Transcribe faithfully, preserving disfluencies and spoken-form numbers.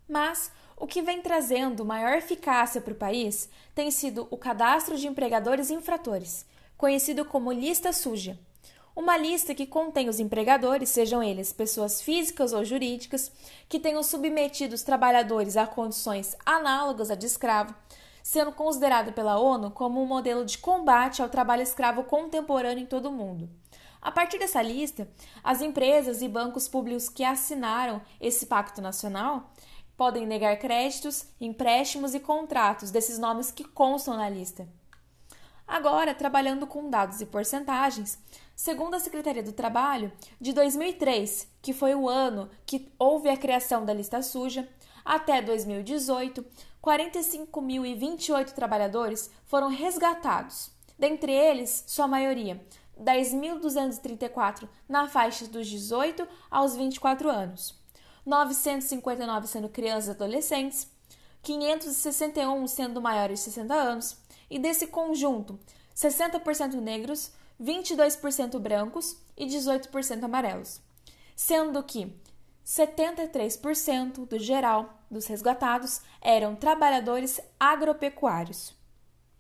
Mas o que vem trazendo maior eficácia para o país tem sido o Cadastro de Empregadores Infratores, conhecido como lista suja. Uma lista que contém os empregadores, sejam eles pessoas físicas ou jurídicas, que tenham submetido os trabalhadores a condições análogas à de escravo, sendo considerado pela ONU como um modelo de combate ao trabalho escravo contemporâneo em todo o mundo. A partir dessa lista, as empresas e bancos públicos que assinaram esse pacto nacional podem negar créditos, empréstimos e contratos desses nomes que constam na lista. Agora, trabalhando com dados e porcentagens, segundo a Secretaria do Trabalho, de dois mil e três, que foi o ano que houve a criação da lista suja, até dois mil e dezoito, quarenta e cinco mil e vinte e oito trabalhadores foram resgatados. Dentre eles, sua maioria, dez mil duzentos e trinta e quatro na faixa dos dezoito aos vinte e quatro anos, novecentos e cinquenta e nove sendo crianças e adolescentes, quinhentos e sessenta e um sendo maiores de sessenta anos, e desse conjunto, sessenta por cento negros, vinte e dois por cento brancos e dezoito por cento amarelos, sendo que setenta e três por cento do geral dos resgatados eram trabalhadores agropecuários.